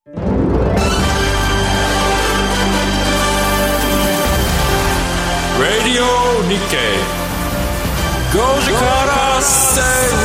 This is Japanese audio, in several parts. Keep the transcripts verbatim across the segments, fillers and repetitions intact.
Radio Nikkeiごじから正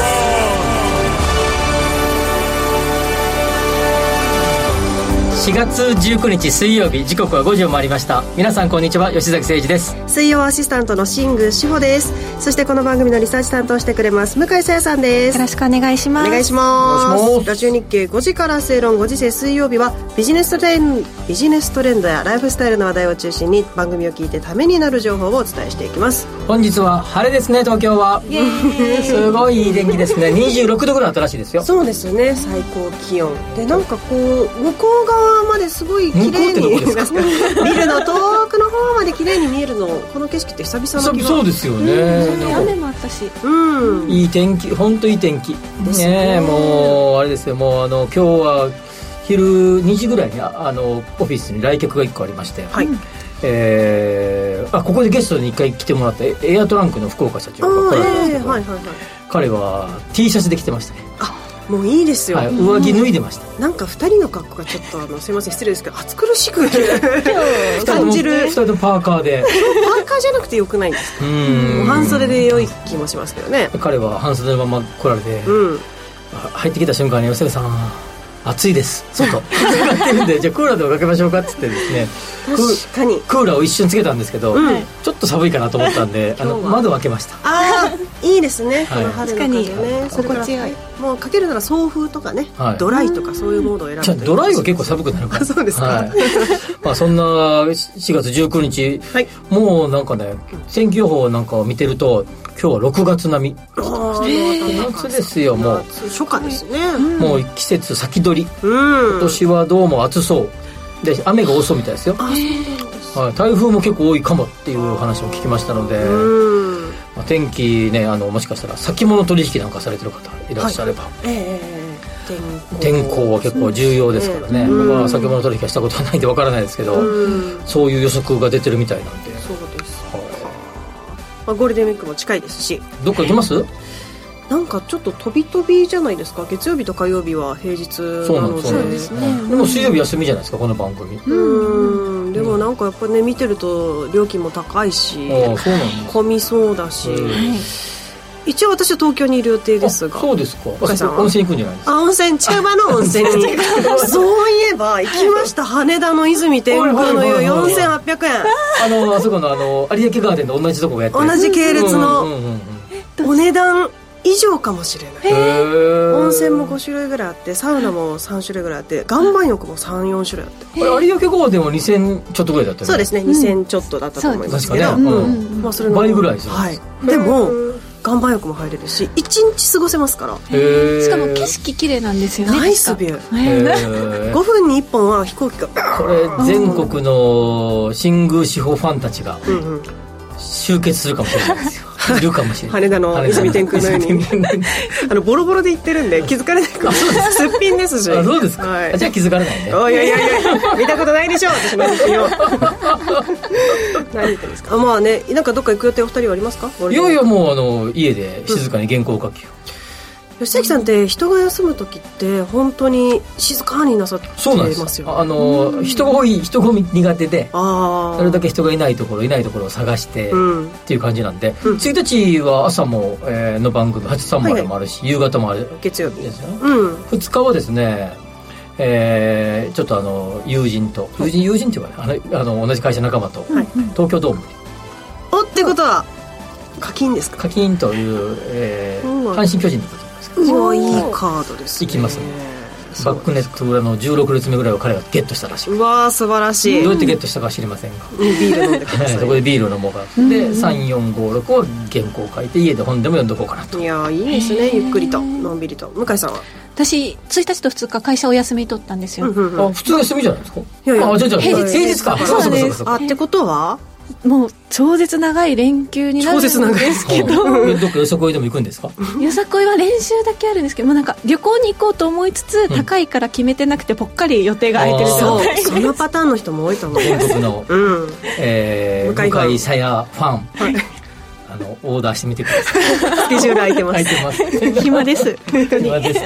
論。 しがつじゅうくにち水曜日、時刻はごじを回りました。皆さんこんにちは、吉崎誠二です。 水曜アシスタントの新宮志保です。そしてこの番組のリサーチ担当してくれます向井沙耶さんです。 よろしくお願いします。 お願いします。ラジオ日経ごじから正論、ご時世水曜日はビジネストレンドビジネストレンドやライフスタイルの話題を中心に番組を聞いてためになる情報をお伝えしていきます。 本日は晴れですね、東京は。イエーイすごいいい天気ですね。にじゅうろくどぐらいあったらしいですよ。 そうですね、最高気温で、なんかこう向こう側まですごい綺麗にビルの遠くの方まで綺麗に見えるの、この景色って久々の気が。 そうですよね、 うん、雨もあったし、 うん、 いい天気、本当いい天気ですね。もうあれですよ、もうあの今日は昼にじぐらいにあのオフィスに来客がいっこありまして、はい、えー、あここでゲストにいっかい来てもらったエアトランクの福岡社長が来られたんですけど、はいはいはい、彼は T シャツで来てましたね。 あ、もういいですよ、はい、 上着脱いでました。 なんかふたりの格好がちょっとあのすいません失礼ですけど暑苦しく感じる。 ふたりともパーカーでパーカーじゃなくてよくないんですか。うん、半袖で良い気もしますけどね。 彼は半袖のまま来られて、うん、入ってきた瞬間に吉田さん暑いです外ってるんでじゃあクーラーでもかけましょうかって言ってですね、 確かにクーラーを一瞬つけたんですけど、うん、ちょっと寒いかなと思ったんであの窓を開けました。 ああいいですね、 はい、 この春の風ね、 心地よい。 もうかけるなら送風とかね、はい、ドライとかそういうモードを選ぶといい。 ドライは結構寒くなるからそうですか、はい、 まあそんなしがつじゅうくにち、はい、もうなんかね天気予報なんかを見てると今日はろくがつ並み。あ夏ですよ。もう初夏ですね、うん、 もう季節先取り、うん、今年はどうも暑そうで雨が多そうみたいですよ。あ、そうなんです、はい、台風も結構多いかもっていう話を聞きましたので、うん、まあ、天気ね、あのもしかしたら先物取引なんかされてる方いらっしゃれば、はい、えー、天候天候は結構重要ですからね、うん、まあ、先物取引はしたことはないんでわからないですけど、うん、そういう予測が出てるみたいなんで。 そうです、はい、まあ、ゴールデンウィークも近いですし、 どっか行きます？ なんかちょっと飛び飛びじゃないですか。月曜日と火曜日は平日なので、 そうなんですね。でも水曜日休みじゃないですか、この番組。 うん、でもなんかやっぱね見てると料金も高いし、 あ、そうなんです。 混みそうだし、一応私は東京にいる予定ですが。 そうですか。温泉行くんじゃないですか。 あ、温泉、近場の温泉にそういえば行きました。羽田の泉天空の湯よんせんはっぴゃくえん。 あのあそこのあの有明ガーデンと同じとこがやってる、 同じ系列のお値段以上かもしれない。温泉もごしゅるいぐらいあって、サウナもさんしゅるいぐらいあって、岩盤浴も さん,よん 種類あって、 有明ガーデンはにせんちょっとぐらいだったよね。 そうですね、にせんちょっとだったと思いますけど、 確かね、うん、まあ、それの倍ぐらいですよ、 はい、でも岩盤浴も入れるしいちにち過ごせますから。 へしかも景色綺麗なんですよね。 ナイスビュー。ごふんにいっぽんは飛行機がこれ全国の新宮志保ファンたちが集結するかもしれないですよ。いるかもしれない。 羽田の泉天空のようにあのボロボロで行ってるんで気づかれないかも。すっぴんですし。 あ、そうですか、はい、じゃあ気づかれないね。 おいやいやいや見たことないでしょ私の写真を何言ってんですか。あ、まあね、なんかどっか行く予定お二人はありますか。 いやいや、もうあの家で静かに原稿書きを、 うん、吉崎さんって人が休む時って本当に静かになさってますよ。そうなんです。 あの人が多い、人混み苦手で、あ、それだけ人がいないところいないところを探して、うん、っていう感じなんで、うん、ついたちは朝も、えー、の番組はちさんまでもあるし、はいはい、夕方もある月曜日ですよ、うん、ふつかはですね、えー、ちょっとあの友人と友人友人っていうかね、あのあの同じ会社仲間と、はい、東京ドームにおってことは課金ですか。 課金という、えー、阪神巨人のことうわ、いいカードですね。 行きますね。バックネット裏のじゅうろくれつめぐらいを彼がゲットしたらしい。 うわー、素晴らしい。 どうやってゲットしたかは知りませんが、 ビール飲んでくださいそこでビールを飲もうかなで、さんよんごろくを原稿を書いて家で本でも読んどこうかなと。 いや、いいですね、ゆっくりとのんびりと。向井さんは。 私ついたちとふつか会社お休み取ったんですよ、うんうんうん、 あ、普通休みじゃないですか。いやいや、 あ、じゃあじゃあ平日平日か。 そうそうです。 あ、ってことはもう超絶長い連休になるんですけど、どっかよさこいでも行くんですか。 よさこいは練習だけあるんですけど、もうなんか旅行に行こうと思いつつ、うん、高いから決めてなくてぽっかり予定が空いてる状態です。 そのパターンの人も多いと思う。 全国の、うん、えー、向井沙耶ファン、はい、あのオーダーしてみてください。 スケジュール空いてます。 空いてます。 暇です。 暇です。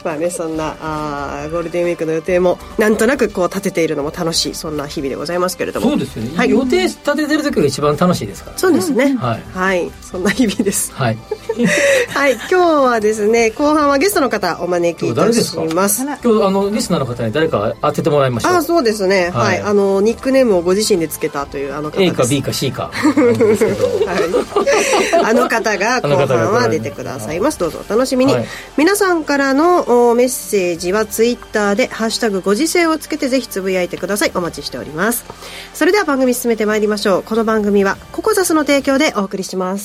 まあね、そんなあゴールデンウィークの予定もなんとなくこう立てているのも楽しい、そんな日々でございますけれども。 そうですよね、 はい、 予定立ててる時が一番楽しいですから、ね、 そうですね、 はい、 はい、そんな日々ですはいはい、今日はですね、後半はゲストの方お招きいたします。 今日あのリスナーの方に誰か当ててもらいましょう。 あ、そうですね、はい、はい、あのニックネームをご自身でつけたというあの方です。 A か B か C かですけど、 はい、あの方が後半は出てくださいます。どうぞお楽しみに、はい、皆さんからのメッセージはツイッターでハッシュタグご時世をつけてぜひつぶやいてください。お待ちしております。それでは番組進めてまいりましょう。この番組はココザスの提供でお送りします。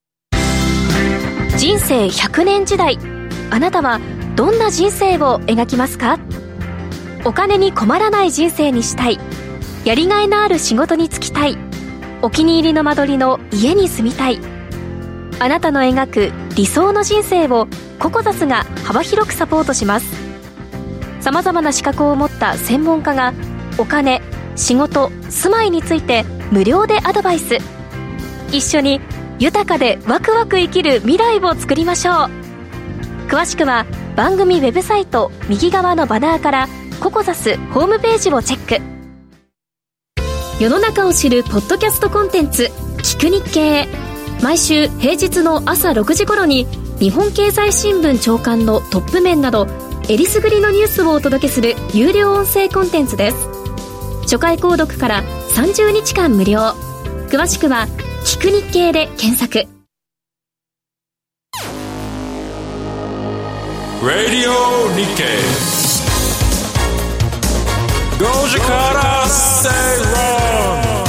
人生ひゃくねん時代、あなたはどんな人生を描きますか？お金に困らない人生にしたい、やりがいのある仕事に就きたい、お気に入りの間取りの家に住みたい。あなたの描く理想の人生をココザスが幅広くサポートします。さまざまな資格を持った専門家がお金、仕事、住まいについて無料でアドバイス。一緒に豊かでワクワク生きる未来を作りましょう。詳しくは番組ウェブサイト右側のバナーからココザスホームページをチェック。世の中を知るポッドキャストコンテンツ、聞く日経。毎週平日の朝ろくじ頃に日本経済新聞朝刊のトップ面などえりすぐりのニュースをお届けする有料音声コンテンツです。初回購読からさんじゅうにちかん無料。詳しくは聞く日経で検索。 Radio Nikkeiごじから正論。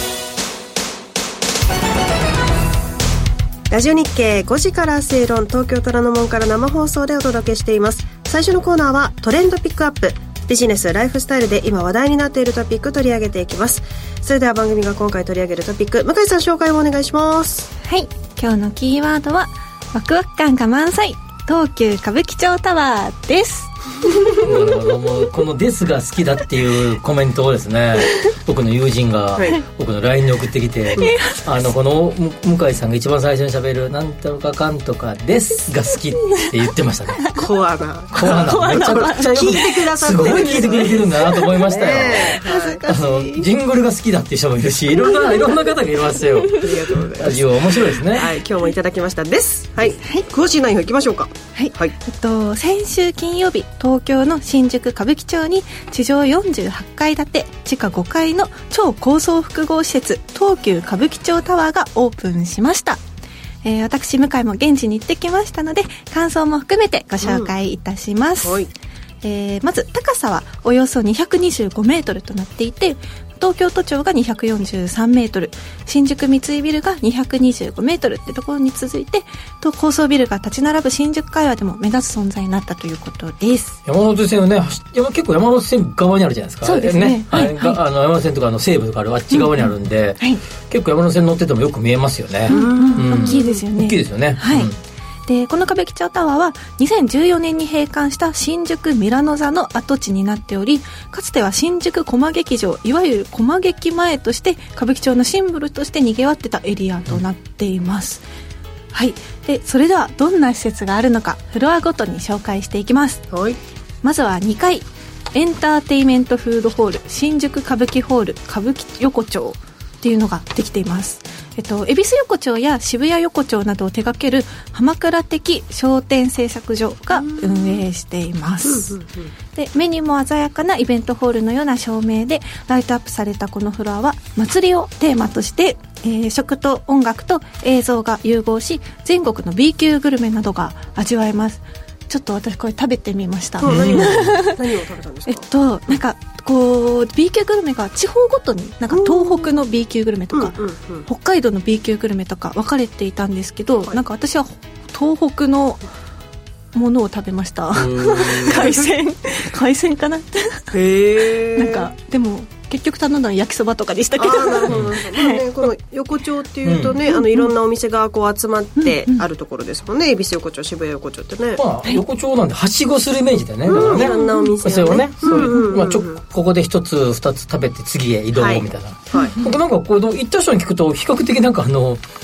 ラジオ日経ごじから正論、東京虎ノ門から生放送でお届けしています。最初のコーナーはトレンドピックアップ。ビジネス、ライフスタイルで今話題になっているトピック取り上げていきます。それでは番組が今回取り上げるトピック、向井さん紹介をお願いします。 はい、今日のキーワードはワクワク感が満載、東急歌舞伎町タワーです。 なるほど、もうこのですが好きだっていうコメントをですね、僕の友人が、はい、僕の ライン に送ってきて、あのこの向井さんが一番最初に喋るなんとかかんとかですが好きって言ってましたね。 コアなコアなめちゃくちゃよく聞いてくださってる、 すごい聞いてくれてるんだなと思いましたよ。 恥ずかしい。 あのジングルが好きだっていう人もいるし、いろんないろんな方がいますよ。 ありがとうございます。 ラジオ面白いですね。 はい、今日もいただきましたです。はい、はい、詳しい内容いきましょうか。 はい、はい、えっと先週金曜日、東京の新宿歌舞伎町に地上よんじゅうはちかい建て地下ごかいの超高層複合施設、東急歌舞伎町タワーがオープンしました。えー、私向井も現地に行ってきましたので感想も含めてご紹介いたします。うん、はい、えー、まず高さはおよそにひゃくにじゅうごメートルとなっていて、東京都庁がにひゃくよんじゅうさんメートル、新宿三井ビルがにひゃくにじゅうごメートルってところに続いて、と高層ビルが立ち並ぶ新宿界隈でも目立つ存在になったということです。 山手線はね、結構山手線側にあるじゃないですか。 そうですね、 はい、はい、あの山手線とかの西部とかあるあっち側にあるんで、うんうん、はい、結構山手線乗っててもよく見えますよね。 うんうん、大きいですよね。 大きいですよね。 はい、うん、でこの歌舞伎町タワーはにせんじゅうよねんに閉館した新宿ミラノ座の跡地になっており、かつては新宿コマ劇場、いわゆるコマ劇前として歌舞伎町のシンボルとして賑わってたエリアとなっています。うん、はい、でそれではどんな施設があるのかフロアごとに紹介していきます。 はい、 まずはにかい、エンターテイメントフードホール新宿歌舞伎ホール歌舞伎横丁っていうのができています。えっと、恵比寿横丁や渋谷横丁などを手掛ける浜倉的商店製作所が運営しています。でメニューも鮮やかなイベントホールのような照明でライトアップされたこのフロアは祭りをテーマとして、えー、食と音楽と映像が融合し、全国の B 級グルメなどが味わえます。ちょっと私これ食べてみました。 うん、何を何を食べたんですか。 えっとなんかこう B 級グルメが地方ごとになんか東北の B 級グルメとか、うんうんうん、北海道の B 級グルメとか分かれていたんですけど、はい、なんか私は東北のものを食べました。海鮮海鮮かなってへなんかでも結局頼んだのは焼きそばとかでしたけど。あなるほど、 まあね、この横丁っていうとね、うん、あのいろんなお店がこう集まってあるところですもんね。恵比寿横丁、渋谷横丁ってね、 まあ、横丁なんではしごするイメージだよね。 うん、だからね、いろんなお店をね、そういう、まあ、ちょここで一つ二つ食べて次へ移動みたいな、はいはい、なんかこう行った人に聞くと比較的なんかあの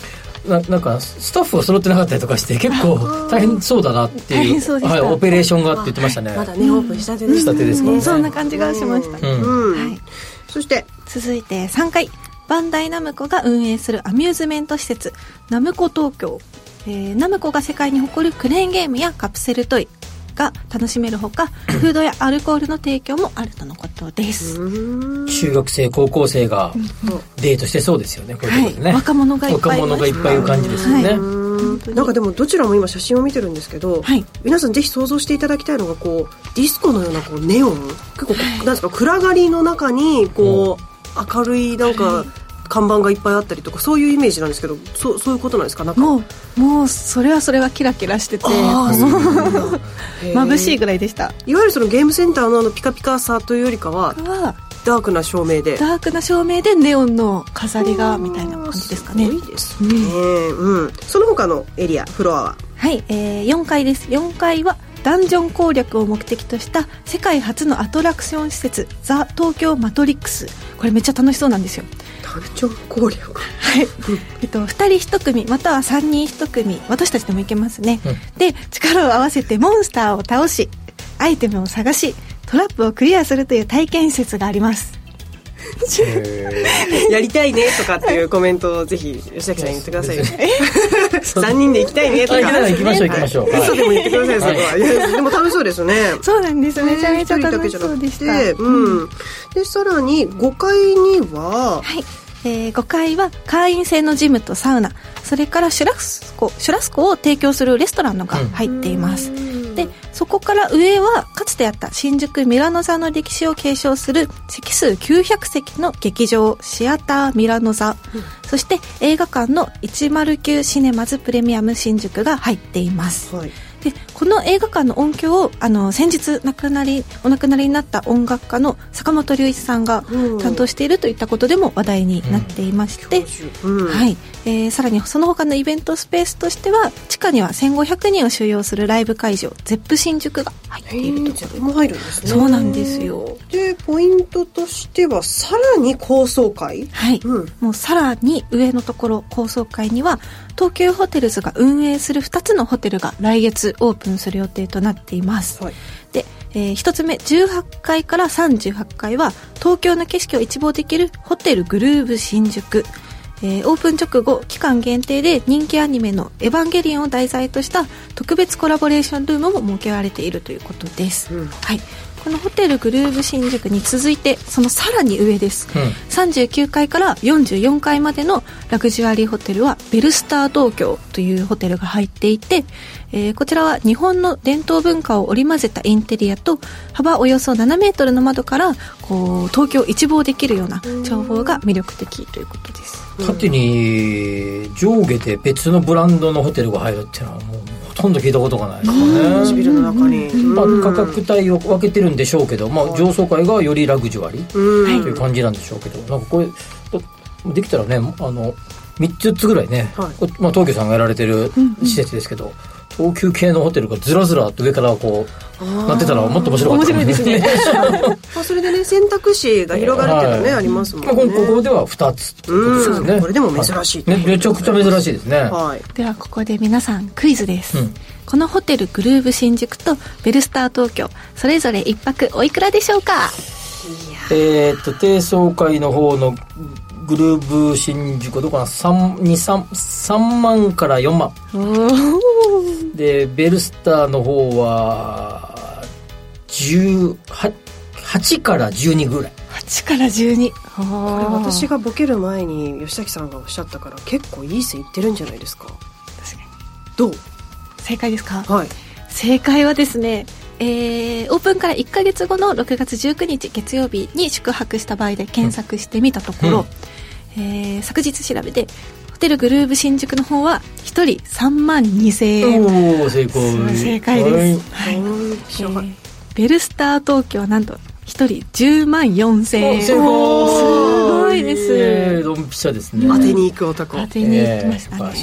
な, なんかスタッフが揃ってなかったりとかして結構大変そうだなっていう、はい、オペレーションがって言ってましたね。 まだねオープンしたてです、ね、 したてですからね。 そんな感じがしました、 うんうんはい、 そして続いてさんかい、バンダイナムコが運営するアミューズメント施設ナムコ東京、えー、ナムコが世界に誇るクレーンゲームやカプセルトイが楽しめるほかフードやアルコールの提供もあるとのことです。 中学生高校生がデートしてそうですよね、こういうことでね、 はい、若者がいっぱい若者がいっぱいいる感じですよね、はい、 なんかでもどちらも今写真を見てるんですけど、はい、皆さんぜひ想像していただきたいのがこうディスコのようなこうネオン結構なんですか暗がりの中にこう、うん、明るいなんか、はい、看板がいっぱいあったりとかそういうイメージなんですけど、そ う, そういうことなんですか？なんかもうもうそれはそれはキラキラしてて眩しいぐらいでした。 いわゆるそのゲームセンター の, あのピカピカさというよりかはダークな照明でダークな照明でネオンの飾りがみたいな感じですかね。 すごいですね、うんうん、その他のエリアフロアははい、えー、よんかいです。よんかいはダンジョン攻略を目的とした世界初のアトラクション施設ザ・東京マトリックス。これめっちゃ楽しそうなんですよ。 ダンジョン攻略はい、えっと、ふたりひと組またはさんにんひと組、私たちでもいけますね、うん、で力を合わせてモンスターを倒しアイテムを探しトラップをクリアするという体験施設があります。 やりたいねとかっていうコメントをぜひ吉崎さんに言ってくださいよ。さんにんで行きたいねとか行きましょう行きましょう、はい、 嘘でも言ってください、そこは、はい、いやでも楽しそうですね。 そうなんです、めちゃめちゃ楽しそうでした、 うんうん、でさらにごかいには、 はい、えー、ごかいは会員制のジムとサウナ、それからシュラスコシュラスコを提供するレストランのが入っています、うん、でそこから上はかつてあった新宿ミラノ座の歴史を継承する席数きゅうひゃくせきの劇場シアターミラノ座、うん、そして映画館のいちまるきゅうシネマズプレミアム新宿が入っています、はい、でこの映画館の音響をあの先日亡くなりお亡くなりになった音楽家の坂本龍一さんが担当しているといったことでも話題になっていまして、うんうん、はい、えー、さらにその他のイベントスペースとしては地下にはせんごひゃくにんを収容するライブ会場ゼップ新宿が入っているところも入るんですね。 そうなんですよ。 でポイントとしてはさらに高層階、 はい、うん、もうさらに上のところ高層階には東急ホテルズが運営するふたつのホテルが来月オープンする予定となっています、はい、で、えー、ひとつめじゅうはちかいからさんじゅうはちかいは東京の景色を一望できるホテルグルーヴ新宿、えー、オープン直後期間限定で人気アニメのエヴァンゲリオンを題材とした特別コラボレーションルームも設けられているということです、うん、はい、このホテルグルーヴ新宿に続いてそのさらに上です、うん、さんじゅうきゅうかいからよんじゅうよんかいまでのラグジュアリーホテルはベルスター東京というホテルが入っていて、えー、こちらは日本の伝統文化を織り交ぜたインテリアと幅およそななメートルの窓からこう東京を一望できるような情報が魅力的ということです。 縦に上下で別のブランドのホテルが入るっていうのはもうほとんど聞いたことがないですね。 同じビルの中に、 まあ、価格帯を分けてるんでしょうけど、まあ、上層階がよりラグジュアリーという感じなんでしょうけど、なんかこれできたらねあのみっつぐらいね、はい、まあ、東急さんがやられてる施設ですけど、うんうん、東急系のホテルがずらずらと上からこうなってたらもっと面白かったかもしれないですね。 それでね選択肢が広がるっていうのね、はい、ありますもんね。 ここではふたつということですね。 これでも珍しい、 はい、ね、めちゃくちゃ珍しいですね、 はい、ではここで皆さんクイズです、うん、このホテルグルーヴ新宿とベルスター東京それぞれいっぱくおいくらでしょうか。 えー、っと低層階の方のグルーヴ新宿はどこかな、さん、に、さん、さんまんからよんまんでベルスターの方はじゅうはちからじゅうにぐらい。 はちからじゅうに。これ私がボケる前に吉崎さんがおっしゃったから結構いい線いってるんじゃないですか。確かに。どう？ 正解ですか？ はい。 正解はですね、えー、オープンからいっかげつごのろくがつじゅうくにち月曜日に宿泊した場合で検索してみたところ、うん、えー、昨日調べてホテルグルーヴ新宿の方はひとりさんまんにせんえん。 おー、成功。 正解です、はいはい、えー、ベルスター東京はなんとひとりじゅうまんよんせんえん。 成功。 すごいです。 ドンピシャですね。 当てに行く男。 当てに行きましたね、えー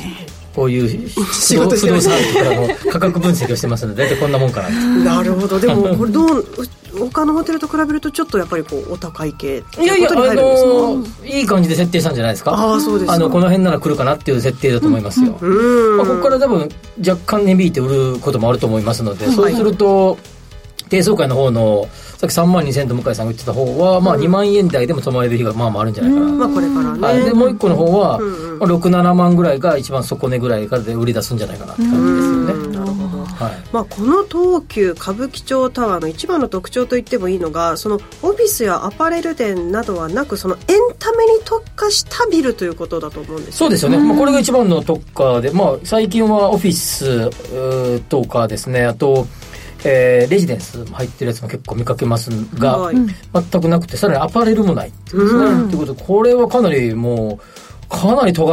こういう仕事不動産とかの価格分析をしてますので大体こんなもんかなと。 なるほど。でもこれどう他のホテルと比べるとちょっとやっぱりこうお高い系っていうことに入るんですか？いやいや、あのー、いい感じで設定したんじゃないですか。 ああ、そうですか。 あのこの辺なら来るかなっていう設定だと思いますよ。うん、まあ、ここから多分若干値引いて売ることもあると思いますので、うん、そうすると低層階の方のさっきさんまんにせんえんと向井さんが言ってた方は、まあ、にまんえん台でも泊まれる日がまあまああるんじゃないかな、 まあ、これからね、 はい、でもう一個の方は、うんうん、まあ、ろくななまんぐらいが一番底値ぐらいからで売り出すんじゃないかなって感じですよね。 なるほど、はい、まあ、この東急歌舞伎町タワーの一番の特徴といってもいいのがそのオフィスやアパレル店などはなくそのエンタメに特化したビルということだと思うんですよ。 そうですよね、まあ、これが一番の特化で、まあ、最近はオフィスとかですね、あとえー、レジデンス入ってるやつも結構見かけますが、はい、全くなくてさらにアパレルもないっていうですね、うん、ということでこれはかなりもうかなり尖った、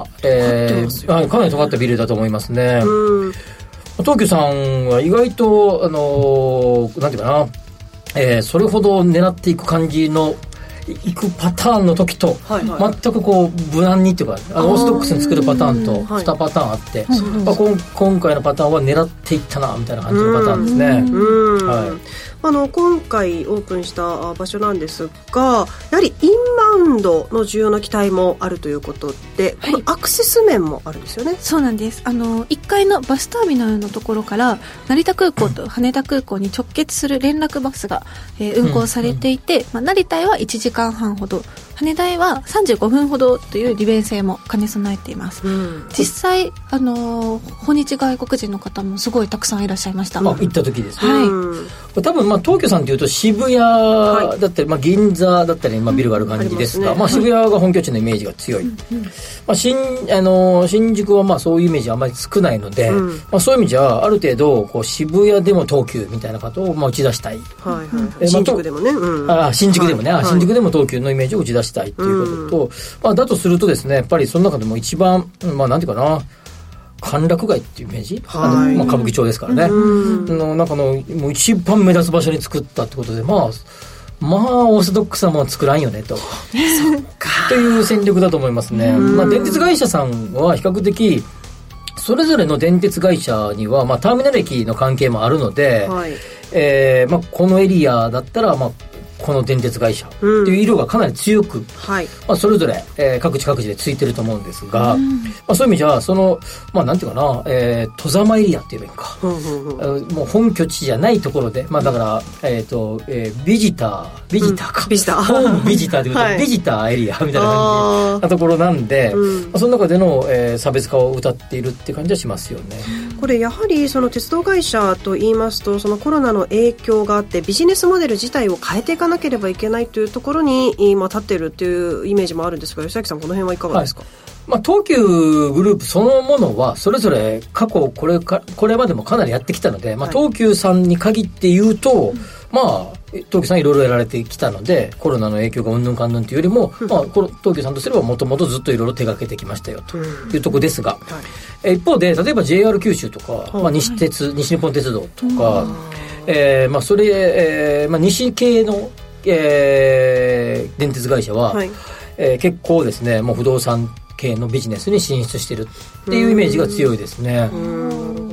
えー、はい、かなり尖ったビルだと思いますね。うん、東急さんは意外とあのー、なんていうかな、えー、それほど狙っていく感じの行くパターンの時と、はいはい、全くこう無難にっていうかあのオーソドックスに作るパターンとにパターンあって、はい、まあ、こ今回のパターンは狙っていったなみたいな感じのパターンですね。うん、はい、 あの今回オープンした場所なんですがやはりインバウンドの需要の期待もあるということで、はい、このアクセス面もあるんですよね。 そうなんです。あのいっかいのバスターミナルのところから成田空港と羽田空港に直結する連絡バスが、えー、運行されていて、うんうん、まあ、成田へはいちじかんはんほど、羽田へはさんじゅうごふんほどという利便性も兼ね備えています。うん、実際、あのー、訪日外国人の方もすごいたくさんいらっしゃいました。 あ、行った時ですね。 はい、 うん、多分まあ東京さんというと渋谷だったり、まあ、銀座だったり、まあ、ビルがある感じですが、うん、まあ、渋谷が本拠地のイメージが強い、うん、まあ、新, あの新宿はまあそういうイメージあまり少ないので、うん、まあ、そういう意味じゃある程度こう渋谷でも東急みたいなことをまあ打ち出したい、 はいはいはい、新宿でもね、うん、 あ新宿でもね、はい、新宿でも東急のイメージを打ち出したいということと、うん、まあ、だとするとですねやっぱりその中でも一番、まあ、なんていうかな歓楽街っていうイメージ、はい、あのまあ、歌舞伎町ですからね、うん、の中のもう一番目立つ場所に作ったってことで、まあまあオーソドックスなものは作らんよねとという戦略だと思いますね。まあ、電鉄会社さんは比較的それぞれの電鉄会社には、まあ、ターミナル駅の関係もあるので、はい、えーまあ、このエリアだったら、まあ、この電鉄会社っていう色がかなり強く、うん、はい、まあ、それぞれ、えー、各地各地でついてると思うんですが、うん、まあ、そういう意味じゃその、まあ、なんていうかな、えー、戸様エリアって言えばいいか、うんうんうん、もう本拠地じゃないところで、まあ、だから、えーとえー、ビジタービジターか、うん、 ビジターホームビジターということで、はい、ビジターエリアみたいな感じなところなんで、うん、まあ、その中での、えー、差別化を謳っているって感じはしますよね。 これやはりその鉄道会社といいますとそのコロナの影響があってビジネスモデル自体を変えていかなければいけないというところに今立っているというイメージもあるんですが、吉崎さんこの辺はいかがですか？はい、 まあ、東急グループそのものはそれぞれ過去これかこれまでもかなりやってきたので、まあ、東急さんに限って言うと、はい、まあ東急さんいろいろやられてきたのでコロナの影響がうんぬんかんぬんというよりも、うん、まあ、この東急さんとすればもともとずっといろいろ手掛けてきましたよというところですが、うん、はい、一方で例えば ジェイアール 九州とか、うん、まあ、西鉄、はい、西日本鉄道とか、うん、えーまあ、それ、えーまあ、西系の、えー、電鉄会社は、はい、えー、結構ですねもう不動産系のビジネスに進出しているっていうイメージが強いですね。うん、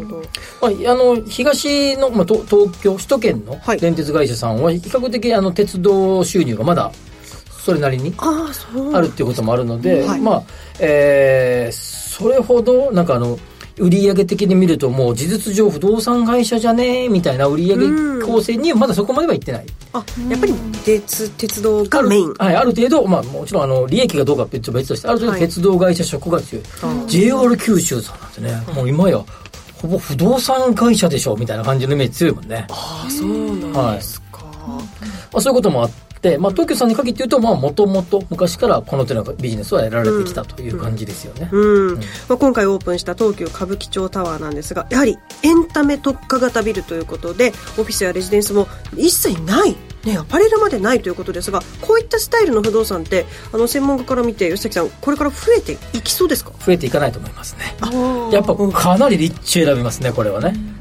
まあ、あの東の、まあ、東, 東京首都圏の電鉄会社さんは比較的あの鉄道収入がまだそれなりにあるっていうこともあるので、はい、まあ、えー、それほどなんかあの売上的に見るともう事実上不動産会社じゃねえみたいな売上構成にまだそこまではいってない。 あ、やっぱり 鉄, 鉄道がメイン、 はい、ある程度、まあ、もちろんあの利益がどうか別としてある程度鉄道会社色が強い、はい、ジェイアール 九州さんなんてね、うん、もう今やほぼ不動産会社でしょみたいな感じのイメージ強いもんね。 ああ、そうなんですか、はい、 まあ、そういうこともあってで、まあ、東急さんに限って言うともともと昔からこの手のビジネスはやられてきたという感じですよね。 うんうんうん、まあ、今回オープンした東急歌舞伎町タワーなんですがやはりエンタメ特化型ビルということでオフィスやレジデンスも一切ない、ね、アパレルまでないということですがこういったスタイルの不動産ってあの専門家から見て吉崎さんこれから増えていきそうですか？ 増えていかないと思いますね。やっぱかなり立地選びますねこれはね。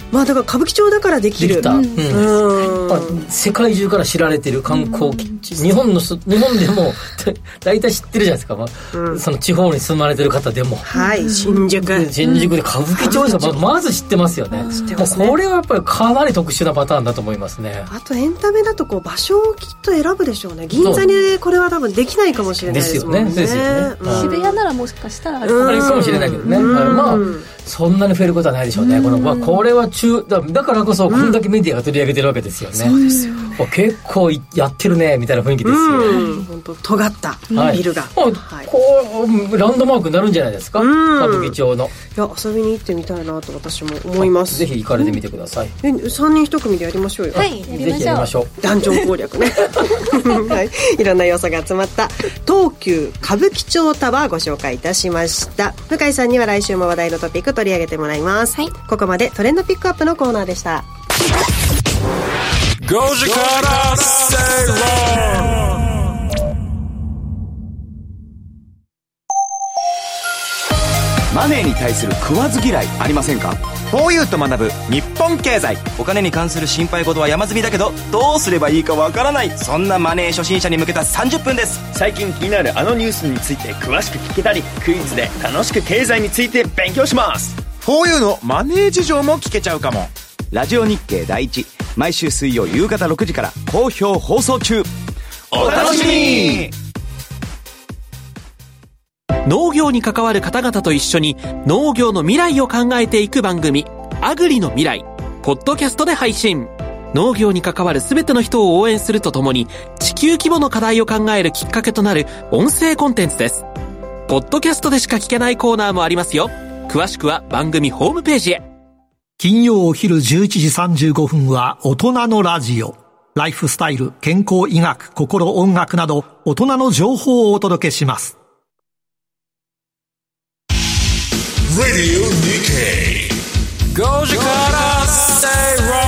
まあだから歌舞伎町だからできるできた、うんうんまあ、世界中から知られてる観光基地、日本の日本でも大体知ってるじゃないですか、まあうん、その地方に住まれてる方でも、 はい、新宿新宿で歌舞伎町ですか、まあ、まず知ってますよね。知ってますね。これはやっぱりかなり特殊なパターンだと思いますね。 あとエンタメだとこう場所をきっと選ぶでしょうね。銀座にこれは多分できないかもしれないですもんね。 ですよね。ですよね、 うん、渋谷ならもしかしたらあるかもしれないけどね、うん、まあそんなに増えることはないでしょうね。この、まあ、これは中 だ, だからこそこんだけメディアが取り上げてるわけですよね、うん、そうですよね。結構やってるねみたいな雰囲気ですよ、 うん、本当尖ったビルが、 はいはい、こうランドマークになるんじゃないですか、うん、歌舞伎町の。いや遊びに行ってみたいなと私も思います。 ぜひ行かれてみてください、 うん、えさんにんいち組でやりましょうよ。 はい、やりましょう。ぜひやりましょう。 ダンジョン攻略ね、はい、いろんな要素が集まった東急歌舞伎町タワーご紹介いたしました。向井さんには来週も話題のトピック取り上げてもらいます、はい、ここまでトレンドピックアップのコーナーでした。 ごじから正論。 マネーに対する食わず嫌いありませんか？ フォーユー と学ぶ日本経済。お金に関する心配事は山積みだけどどうすればいいかわからない、そんなマネー初心者に向けたさんじゅっぷんです。 最近気になるあのニュースについて詳しく聞けたり、クイズで楽しく経済について勉強します。 フォーユー のマネー事情も聞けちゃうかも。 ラジオ日経第一、毎週水曜夕方ろくじから好評放送中。 お楽しみに。 農業に関わる方々と一緒に農業の未来を考えていく番組、アグリの未来、ポッドキャストで配信。農業に関わる全ての人を応援するとともに、地球規模の課題を考えるきっかけとなる音声コンテンツです。ポッドキャストでしか聞けないコーナーもありますよ。詳しくは番組ホームページへ。 金曜お昼じゅういちじさんじゅうごふんは大人のラジオ。ライフスタイル、健康医学、心音楽など大人の情報をお届けします。 Radio Nikkeiごじから正論。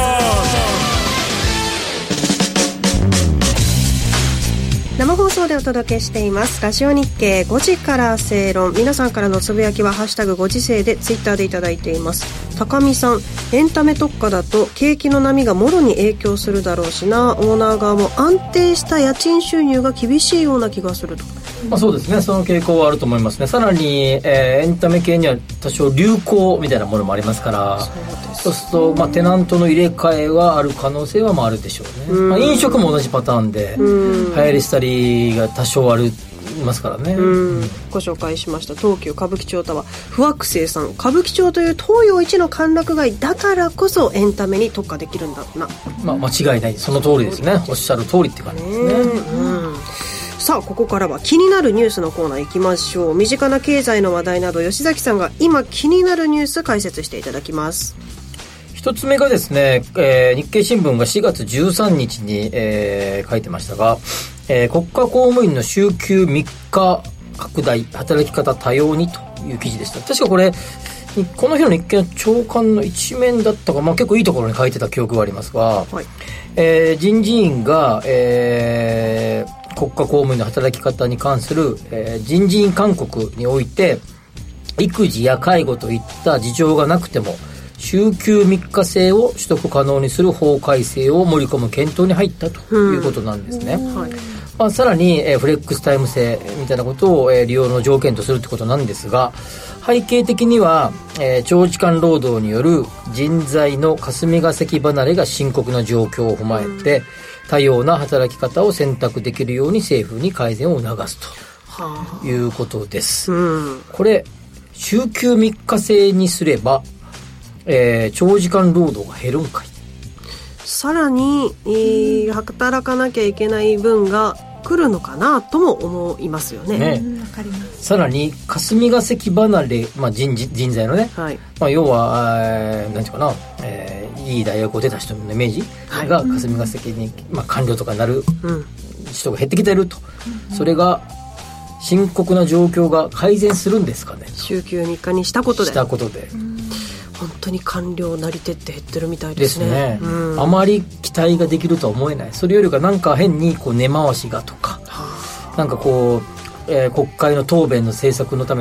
生放送でお届けしていますラジオ日経ごじから正論。皆さんからのつぶやきはハッシュタグご時世でツイッターでいただいています。高見さん、エンタメ特化だと景気の波がもろに影響するだろうしな、オーナー側も安定した家賃収入が厳しいような気がすると。 まあ、そうですね、その傾向はあると思いますね。さらに、えー、エンタメ系には多少流行みたいなものもありますから、そうすると、まあ、テナントの入れ替えはある可能性はまああるでしょうね。まあ、飲食も同じパターンで流行り廃りが多少ありますからね。 うん、ご紹介しました東急歌舞伎町タワー、不惑星さん、歌舞伎町という東洋一の歓楽街だからこそエンタメに特化できるんだろうな。 まあ、間違いない、その通りですね。おっしゃる通りって感じですね。うん、 さあここからは気になるニュースのコーナー行きましょう。身近な経済の話題など吉崎さんが今気になるニュース解説していただきます。 一つ目がですね、えー、日経新聞がしがつじゅうさんにちに、えー、書いてましたが、えー、国家公務員の週休みっか拡大、働き方多様にという記事でした。確かこれこの日の日経の朝刊の一面だったか、まあ、結構いいところに書いてた記憶がありますが、はい、えー、人事院が、えー、国家公務員の働き方に関する、えー、人事院勧告において、育児や介護といった事情がなくても週休みっか制を取得可能にする法改正を盛り込む検討に入ったということなんですね。はい、まあ、さらに、えー、フレックスタイム制みたいなことを、えー、利用の条件とするということなんですが、背景的には、えー、長時間労働による人材の霞が関離れが深刻な状況を踏まえて、多様な働き方を選択できるように政府に改善を促すということです。これ週休みっか制にすれば、えー、長時間労働が減るんかい。 さらに、えー、働かなきゃいけない分が来るのかなとも思いますよね。ね、 わかります。 さらに霞が関離れ、まあ、人, 人材のね、はい、まあ、要は、えー、なんていうかな、えー、いい大学を出た人のイメージが霞が関に、まあ、官僚とかになる人が減ってきていると、うん、それが深刻な状況が改善するんですかね。 週休みっかにしたことでしたことで、うん、 本当に官僚なり手って減ってるみたいですね。 ですね、うん、あまり期待ができるとは思えない。それよりかなんか変にこう根回しがとか、はあ、なんかこう、えー、国会の答弁の政策のためにこ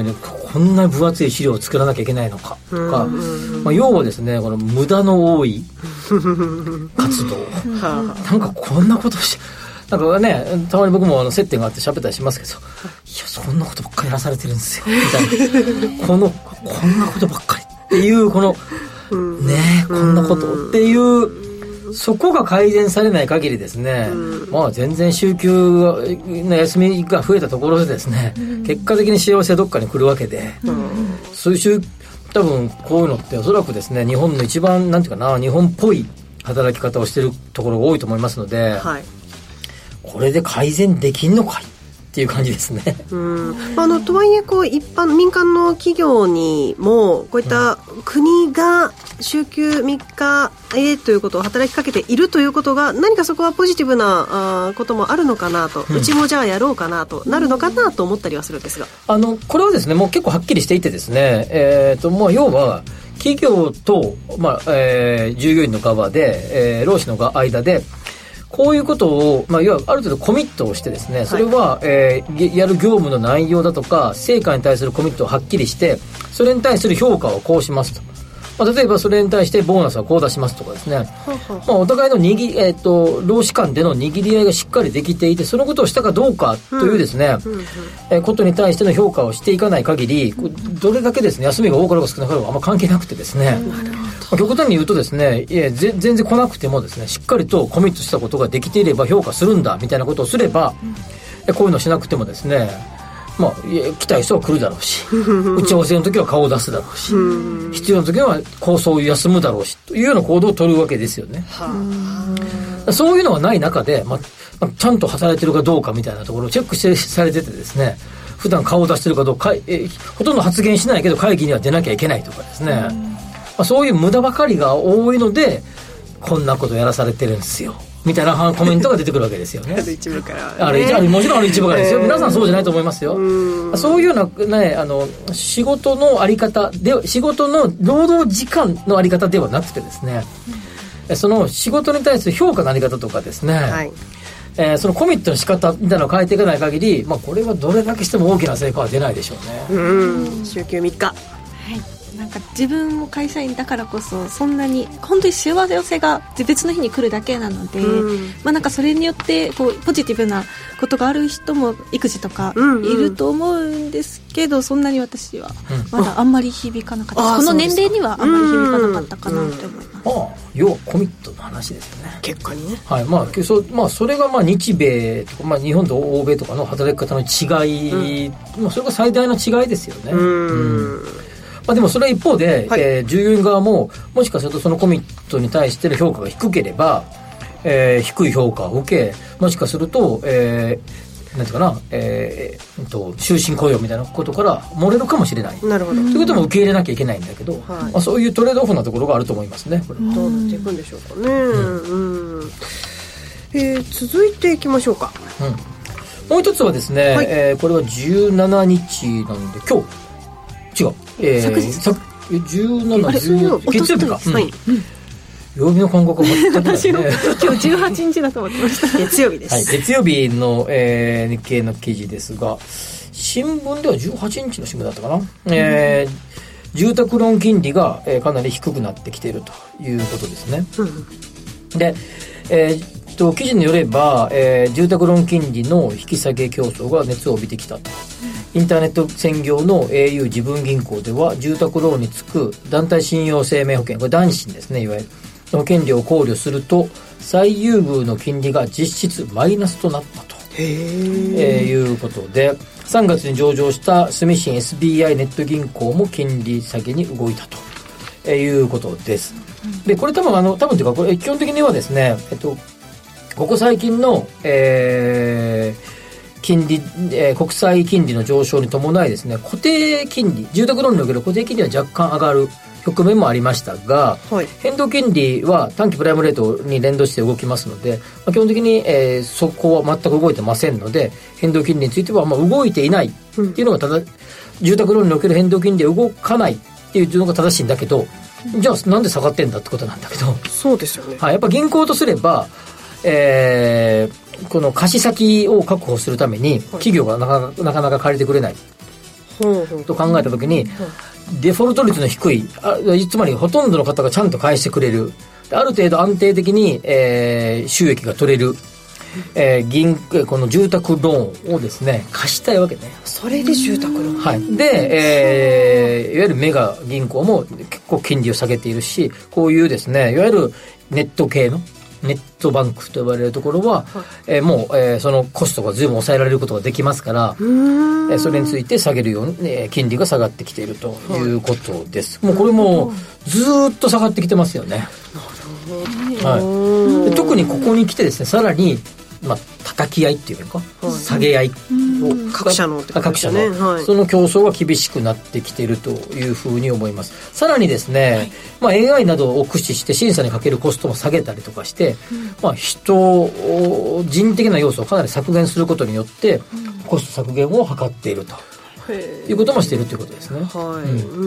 こんな分厚い資料を作らなきゃいけないのかとか、まあ、要はですねこの無駄の多い活動なんかこんなことしなんかねたまに僕もあの接点があって喋ったりしますけど、いやそんなことばっかりやらされてるんですよみたいなこのこんなことばっかりっていうこのねえこんなことっていうそこが改善されない限りですね、まあ全然週休の休みが増えたところでですね、結果的に幸せはどっかに来るわけで、そういう週多分こういうのっておそらくですね日本の一番なんていうかな日本っぽい働き方をしているところが多いと思いますので、はい、これで改善できんのかいっていう感じですね。 うんあのとはいえこう一般民間の企業にもこういった国が週休みっかへということを働きかけているということが何かそこはポジティブなあこともあるのかなと、うん、うちもじゃあやろうかなとなるのかなと思ったりはするんですが、 あのこれはですねもう結構はっきりしていてですね、えーとまあ、要は企業と、まあえー、従業員の側で、えー、労使の間でこういうことを、まあ、要はある程度コミットをしてですねそれは、はいえー、やる業務の内容だとか成果に対するコミットをはっきりしてそれに対する評価をこうしますと、まあ、例えばそれに対してボーナスはこう出しますとかですね、まあ、お互いの握り、えー、と労使間での握り合いがしっかりできていてそのことをしたかどうかというですね、うんうんうんえー、ことに対しての評価をしていかない限りどれだけですね休みが多かろうが少なかろうがあんま関係なくてですね、うんまあ、極端に言うとですねいや全然来なくてもですねしっかりとコミットしたことができていれば評価するんだみたいなことをすれば、うん、こういうのしなくてもですねまあ、来たい人は来るだろうし打ち合わせの時は顔を出すだろうし必要な時は構想を休むだろうしというような行動を取るわけですよね。そういうのがない中で、まあ、ちゃんと働いてるかどうかみたいなところをチェックしてされててですね普段顔を出してるかどうかえほとんど発言しないけど会議には出なきゃいけないとかですね、まあ、そういう無駄ばかりが多いのでこんなことやらされてるんですよみたいなコメントが出てくるわけですよね。 ある一部から、ね、 ある一部もちろんある一部からですよ、えー、皆さんそうじゃないと思いますよ。うそういうような、ね、あの仕事のあり方で仕事の労働時間のあり方ではなくてですね、うん、その仕事に対する評価のあり方とかですね、はいえー、そのコミットの仕方みたいなのを変えていかない限り、まあ、これはどれだけしても大きな成果は出ないでしょうね。 うん週休みっかなんか自分も会社員だからこそそんなに本当に幸せが別の日に来るだけなので、うんまあ、なんかそれによってこうポジティブなことがある人も育児とかいると思うんですけど、うんうん、そんなに私はまだあんまり響かなかった、うん、この年齢にはあんまり響かなかったかなと思います、うんうんまあ、要はコミットの話ですよね結果にね、 はいまあ、そ, まあそれがまあ日米とか、まあ、日本と欧米とかの働き方の違い、うんまあ、それが最大の違いですよね。うん、うんまあ、でもそれは一方で、はいえー、従業員側ももしかするとそのコミットに対しての評価が低ければ、えー、低い評価を受けもしかすると、えー、なんていうかな、えー、と終身雇用みたいなことから漏れるかもしれない。 なるほど。ということも受け入れなきゃいけないんだけど、はいまあ、そういうトレードオフなところがあると思いますね。これどうなっていくんでしょうかね。うんうんえー、続いていきましょうか。 うん、もう一つはですね、はいえー、これはじゅうしちにちなんで今日違う、えー、 昨日じゅうなな、じゅうよん月曜日か、うんはいうん、曜日の感覚が全くないね私も今日じゅうはちにちだと思ってました月曜日です、 はい、月曜日の、えー、日経の記事ですが新聞ではじゅうはちにちの新聞だったかな、うんえー、住宅ローン金利が、えー、かなり低くなってきているということですね、うん、で、えー、と記事によれば、えー、住宅ローン金利の引き下げ競争が熱を帯びてきたと。インターネット専業の エーユー 自分銀行では住宅ローンにつく団体信用生命保険これ団信ですねいわゆるの保険料を考慮すると最優遇の金利が実質マイナスとなったとへー、えー、いうことでさんがつに上場した住信 エスビーアイ ネット銀行も金利下げに動いたと、えー、いうことです。でこれ多分あの多分というかこれ基本的にはですねえっとここ最近のえー金利、えー、国債金利の上昇に伴いですね固定金利住宅ローンにおける固定金利は若干上がる局面もありましたが、はい、変動金利は短期プライムレートに連動して動きますので、まあ、基本的に、えー、そこは全く動いてませんので変動金利についてはまあ動いていないっていうのがただ、うん、住宅ローンにおける変動金利は動かないっていうのが正しいんだけど、うん、じゃあなんで下がってんだってことなんだけどそうですよね、 はい、やっぱ銀行とすればえー、この貸し先を確保するために企業がなかなか、なかなか借りてくれないと考えたときに、デフォルト率の低い、あつまりほとんどの方がちゃんと返してくれる、ある程度安定的に、えー、収益が取れる、えー、銀この住宅ローンをですね貸したいわけね。 それで住宅ローン、 はい、で、えー、いわゆるメガ銀行も結構金利を下げているし、こういうですねいわゆるネット系のネットバンクと呼ばれるところは、はいえー、もう、えー、そのコストが随分抑えられることができますから、えー、それについて下げるように、えー、金利が下がってきているということです、はい、もうこれもずーっと下がってきてますよね。なるほど、はい、で特にここに来てですねさらにまあ、叩き合いっていうか、はい、下げ合いを各社のってことですね、 各社の、はい、その競争が厳しくなってきているというふうに思います。さらにですね、はいまあ、エーアイ などを駆使して審査にかけるコストも下げたりとかして、うんまあ、人人的な要素をかなり削減することによってコスト削減を図っているということもしているということですね。 はいうん、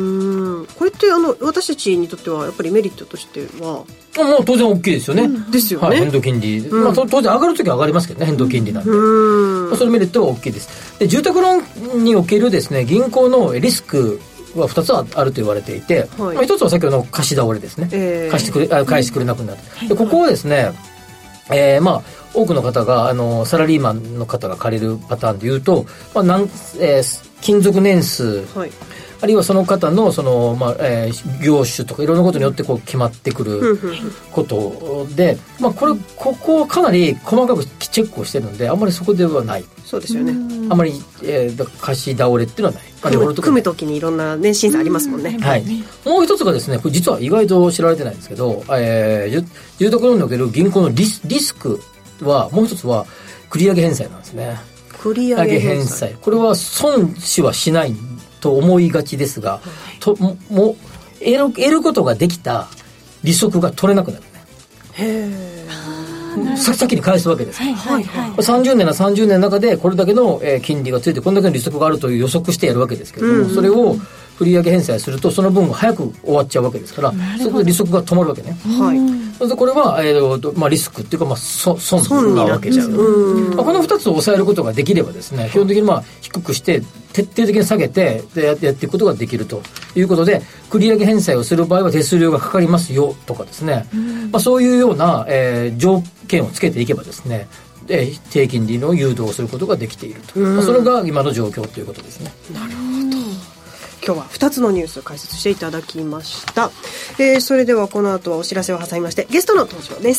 うんこれってあの私たちにとってはやっぱりメリットとしてはもう当然大きいですよね、うん、 ですよね、 はい、変動金利、うんまあ、当然上がるときは上がりますけどね変動金利なんで、うんまあ、そのメリットは大きいです。で住宅ローンにおけるですね銀行のリスクはふたつあると言われていて、はいまあ、ひとつは先ほどの貸し倒れですね、えー、貸してくれあ返してくれなくなる、うん、でここはですね、えー、まあ多くの方があのサラリーマンの方が借りるパターンでいうと、まあなんえー、勤続年数、はいあるいはその方のその、まあえー、業種とかいろんなことによってこう決まってくることで、まあ、これここはかなり細かくチェックをしてるのであんまりそこではない。 そうですよね。 あんまり、えー、貸し倒れっていうのはない。 組む、組む時にいろんな、ね、審査ありますもんね。 はい。もう一つがですねこれ実は意外と知られてないんですけど、えー、住宅ローンにおける銀行のリス、リスクはもう一つは繰り上げ返済なんですね。 繰り上げ返済これは損しはしないと思いがちですが、はい、ともも得る、得ることができた利息が取れなくなるね。へーさ先に返すわけですから、はいはいはい、さんじゅうねんなさんじゅうねんの中でこれだけの、えー、金利がついてこれだけの利息があるという予測してやるわけですけれども、うんうん、それを振り上げ返済するとその分が早く終わっちゃうわけですからそこで利息が止まるわけね。はい、それでこれは、えーまあ、リスクっていうか、まあ、損なわけですよ、まあ、このふたつを抑えることができればですね基本的にまあ低くして徹底的に下げてでやっていくことができるということで繰り上げ返済をする場合は手数料がかかりますよとかですね、まあ、そういうような、えー、条件をつけていけばですねで低金利の誘導をすることができていると、まあ、それが今の状況ということですね。 なるほど。今日はふたつのニュースを解説していただきました、えー、それではこの後はお知らせを挟みましてゲストの登場です。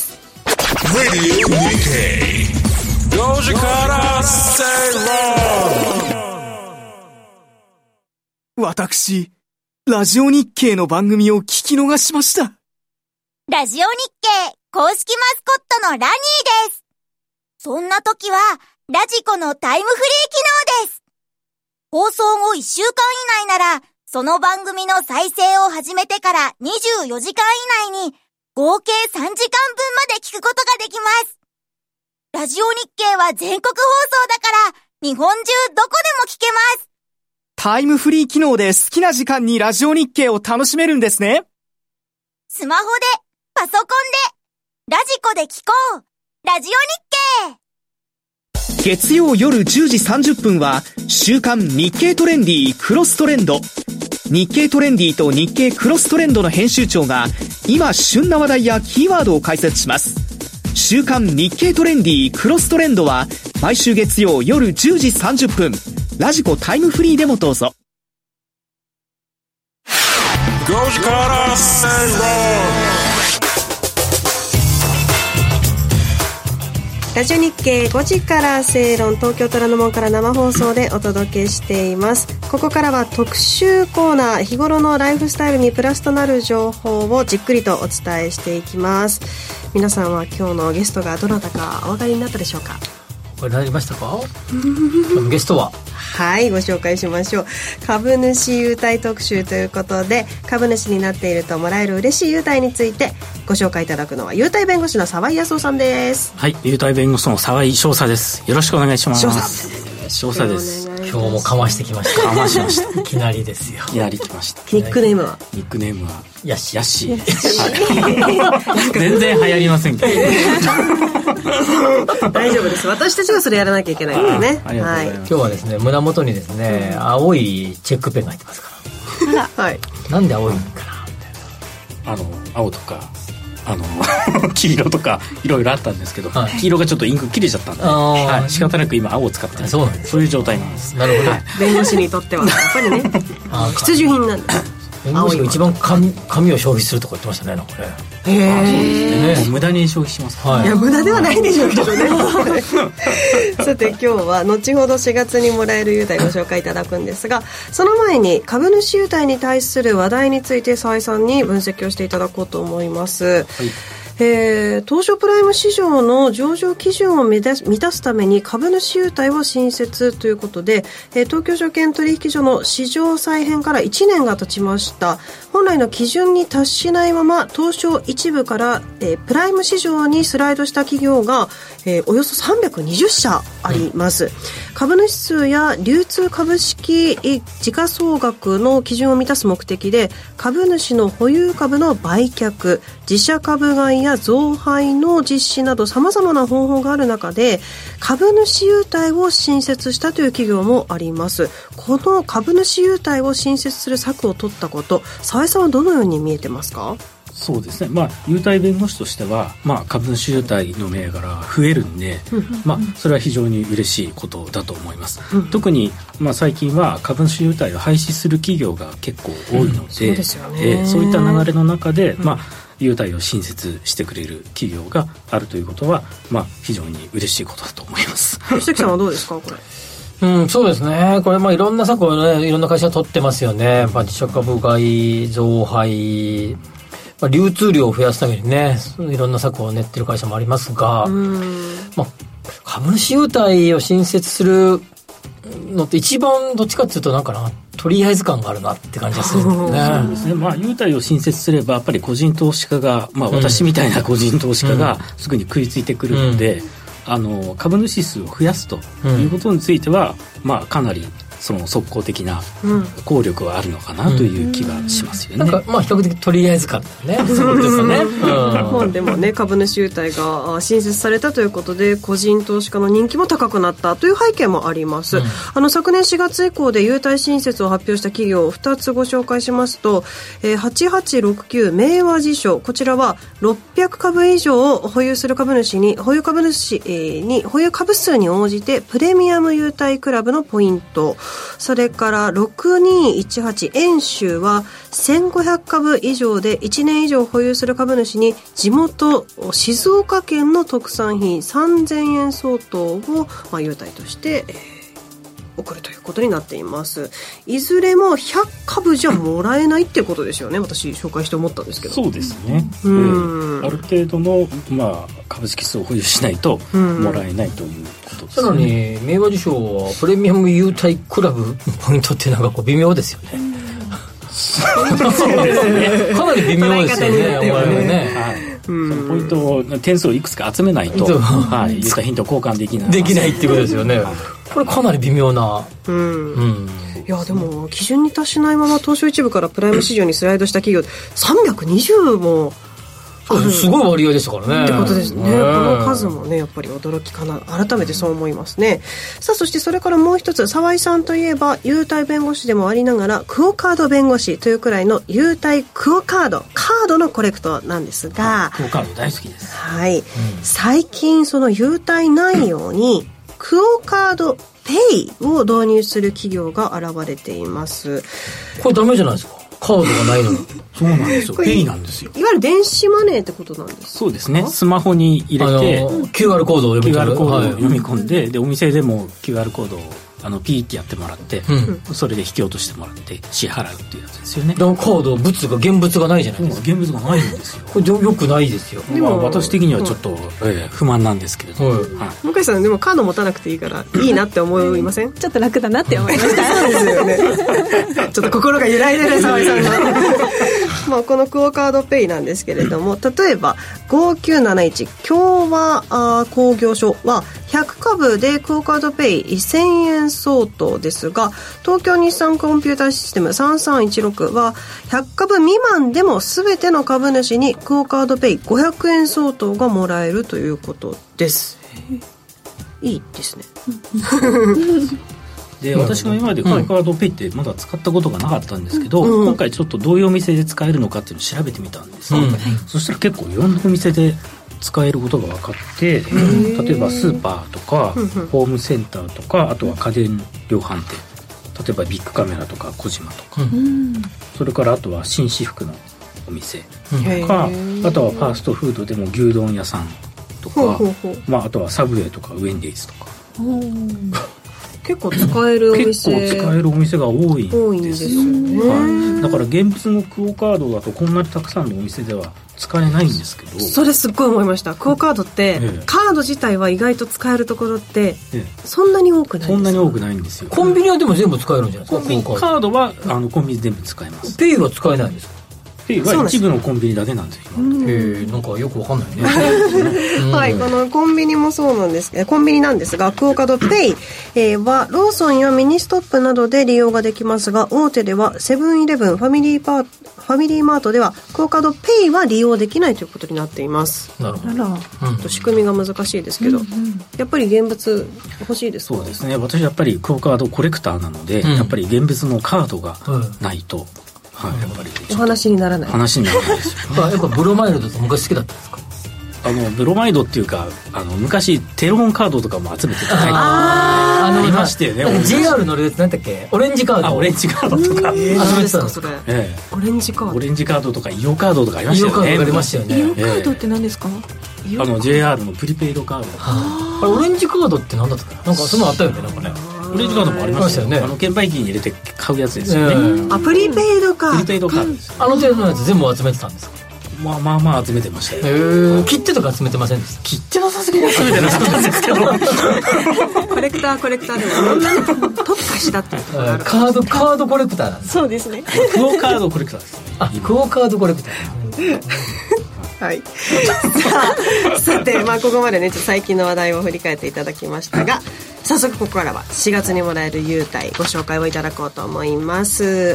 私ラジオ日経の番組を聞き逃しました。 ラジオ日経公式マスコットのラニーです。そんな時はラジコのタイムフリー機能です。放送後いっしゅうかん以内なら、その番組の再生を始めてからにじゅうよじかん以内に合計さんじかんぶんまで聞くことができます。ラジオ日経は全国放送だから日本中どこでも聞けます。 タイムフリー機能で好きな時間にラジオ日経を楽しめるんですね。 スマホで、パソコンで、ラジコで聞こう。ラジオ日経。 月曜夜じゅうじさんじゅっぷんは週刊日経トレンディクロストレンド。日経トレンディと日経クロストレンドの編集長が今旬な話題やキーワードを解説します。週刊日経トレンディクロストレンドは毎週月曜夜じゅうじさんじゅっぷんラジコタイムフリーでもどうぞ。 ごじから正論ラジオ日経ごじから正論東京虎ノ門から生放送でお届けしています。ここからは特集コーナー日頃のライフスタイルにプラスとなる情報をじっくりとお伝えしていきます。皆さんは今日のゲストがどなたかお分かりになったでしょうか。 これなりましたかゲストははいご紹介しましょう。株主優待特集ということで株主になっているともらえる嬉しい優待についてご紹介いただくのは優待弁護士の沢井康夫さんです。 はい優待弁護士の沢井翔太です。よろしくお願いします。 翔太翔太です。今日今日もかましてきました。 かましました。 いきなりですよ。 いきなり来ました。 ニックネームはニックネームはヤッシー。 ヤッシー。全然流行りませんけど。 大丈夫です。私たちがそれやらなきゃいけないからね。 ありがとうございます。 今日はですね、胸元にですね、うん、青いチェックペンが入ってますから。 はい。 なんで青いのかなみたいな。あの青とか。あの黄色とかいろいろあったんですけど、はい、黄色がちょっとインク切れちゃったんで、はい、仕方なく今青を使ってる。 そうなんです。 そういう状態なんです。 なるほど、はい、 弁護士にとってはやっぱりね必需品なんです。 弁護士が一番紙, 紙を消費するとか言ってましたね。なんかね。 へえ、 ね、無駄に消費します、 はい、いや無駄ではないでしょうけどねさて今日は後ほどしがつにもらえる優待ご紹介いただくんですが、その前に株主優待に対する話題について澤井さんに分析をしていただこうと思います。はい、えー、東証プライム市場の上場基準を満たす、満たすために株主優待を新設ということで、えー、東京証券取引所の市場再編からいちねんが経ちました。本来の基準に達しないまま東証一部から、えー、プライム市場にスライドした企業が、えー、およそさんびゃくにじゅっしゃあります。うん、株主数や流通株式時価総額の基準を満たす目的で、株主の保有株の売却、自社株買いや増配の実施など様々な方法がある中で、株主優待を新設したという企業もあります。この株主優待を新設する策を取ったこと、澤井さんはどのように見えてますか？ そうですね、まあ、優待弁護士としては、まあ、株主優待の銘柄増えるんで、まあ、それは非常に嬉しいことだと思います。特に、まあ、最近は株主優待を廃止する企業が結構多いので、うん、そうですよね、えー、そういった流れの中で、まあ、優待を新設してくれる企業があるということは、まあ、非常に嬉しいことだと思います。 吉崎さんはどうですかこれ？ うん、そうですね。これ、まあ、いろんな策をね、いろんな会社が取ってますよね。まあ、自社株買い、増配、まあ、流通量を増やすためにね、いろんな策を練ってる会社もありますが、まあ、株主優待を新設するのって一番どっちかっていうとなんかな、とりあえず感があるなって感じがするんですね。 そうですね。まあ、優待を新設すればやっぱり個人投資家が、まあ、私みたいな個人投資家がすぐに食いついてくるので、うんうん、あの株主数を増やすということについては、うん、まあ、かなりその速攻的な効力はあるのかなという気がしますよね。 うん、なんかまあ比較的とりあえず感だよね。そうですね。 日本でもね、株主優待が新設されたということで個人投資家の人気も高くなったという背景もあります。うん、あの昨年しがつ以降で優待新設を発表した企業をふたつご紹介しますと、えー、はちはちろくきゅう明和地所、こちらはろっぴゃくかぶ以上を保有する株主に保有株主、えー、に保有株数に応じてプレミアム優待クラブのポイント、それからろくにいちはち遠州はせんごひゃくかぶ以上でいちねん以上保有する株主に地元静岡県の特産品さんぜんえん相当を、まあ、優待として、えー、送るということになっています。いずれもひゃっかぶじゃもらえないっていうことですよね。私紹介して思ったんですけど。 そうですね。うん、えー、ある程度の、まあ、株式数を保有しないともらえないということですね。 さらに明和地所はプレミアム優待クラブのポイントってなんかこう微妙ですよね。そうですね。かなり微妙ですよね。 ね、はい、うん、そのポイントを点数をいくつか集めないと、はい、優待品と交換できないできないっていうことですよね。はい、これかなり微妙な。うん。 うん、いやでも基準に達しないまま東証一部からプライム市場にスライドした企業さんびゃくにじゅうも。 すごい割合でしたからね。 ってことですね。この数もねやっぱり驚きかな。改めてそう思いますね。さあそしてそれからもう一つ、澤井さんといえば優待弁護士でもありながらクオカード弁護士というくらいの優待クオカードカードのコレクトなんですが、 クオカード大好きです。 はい。うん、最近その優待内容にクオカードペイを導入する企業が現れています。 これダメじゃないですか。カードがないのに。 そうなんですよ。ペイなんですよ。 いわゆる電子マネーってことなんですか？ そうですね。スマホに入れてキューアール コードを読み込んで、 キューアール コードを読み込んで、でお店でも キューアール コードをあのピーってやってもらって、うん、それで引き落としてもらって支払うっていうやつですよね。 でもカード物が現物がないじゃないですか。 現物がないんですよ。 これよくないですよ。 でも、まあ、私的にはちょっと、うん、えー、不満なんですけれども、はい、 向井さんでもカード持たなくていいからいいなって思いません？ ちょっと楽だなって思いました。 そうですよね。ちょっと心が揺らいでる澤井さんが。まあこのクオカードペイなんですけれども、例えばごきゅうなないち共和工業所はひゃくかぶでクオカードペイせんえん相当ですが、東京日産コンピューターシステムさんさんいちろくはひゃくかぶ未満でも全ての株主にクオカードペイごひゃくえん相当がもらえるということです。いいですね。 で私が今までクオカードペイってまだ使ったことがなかったんですけど、うん、今回ちょっとどういうお店で使えるのかっていうのを調べてみたんです、うん、そしたら結構いろんなお店で使えることが分かって、例えばスーパーとかホームセンターとか、あとは家電量販店、例えばビッグカメラとか小島とか、うん、それからあとは紳士服のお店とか、あとはファーストフードでも牛丼屋さんとか、まあ、あとはサブウェイとかウェンディーズとか結構使えるお店結構使えるお店が多いんですよ。 多いんですよね、 はい、だから現物のクオカードだとこんなにたくさんのお店では使えないんですけど、 それすっごい思いました。クオカードって、ええ、カード自体は意外と使えるところって、ええ、そんなに多くないんですか。 そんなに多くないんですよ。 コンビニはでも全部使えるんじゃないですか。 コンビニカードはあのコンビニ全部使えます。 ペイは使えないんですか。 ペイは一部のコンビニだけなんですよ。 へえ、なんかよくわかんないね。 はい、このコンビニもそうなんですけど、コンビニなんですが、クオカードペイ、えー、はローソンやミニストップなどで利用ができますが、大手ではセブンイレブン、ファミリーパー、ファミリーマートではクオカードペイは利用できないということになっています。 なるほど。 ちょっと仕組みが難しいですけど、うんうん、やっぱり現物欲しいですか。 そうですね。私やっぱりクオカードコレクターなので、うん、やっぱり現物のカードがないと。うん、はい、やっぱりお話にならない。 話にならないですよ、ね、 やっぱブロマイドとか昔好きだったんですか。 あのブロマイドっていうか、あの昔テロンカードとかも集めてたタイプあありましたよね。 ジェイアール のやつなんだっけ、オレンジカード。 あ、オレンジカードとか、 えー、集めてたんですか。 ええ、オレンジカード、 オレンジカードとかイオカードとかありましたよね。 イオカードありましたよね。 イオカードって何ですか。 あの ジェイアール のプリペイドカード。 あれオレンジカードって何だったかな。なんかそのあったよね。なんかねオレンジカードもありましたよね。あの券売機に入れて買うやつですよね、えー、あ、プリペイドカード。 プリペイドカードです、ね、 あの程度のやつ全部集めてたんですか。 まあまあまあ集めてましたよ、 へー。切手とか集めてませんでした。 切手なさすぎに集めてなかったんですけどコレクターコレクターでもいろんな特化したっていうところがある。 カードカードコレクターなんです。 そうですね。 クオカードコレクターですね。 あ、クオカードコレクターはい、さあさて、まあ、ここまでねちょっと最近の話題を振り返っていただきましたが、早速ここからはしがつにもらえる優待ご紹介をいただこうと思います。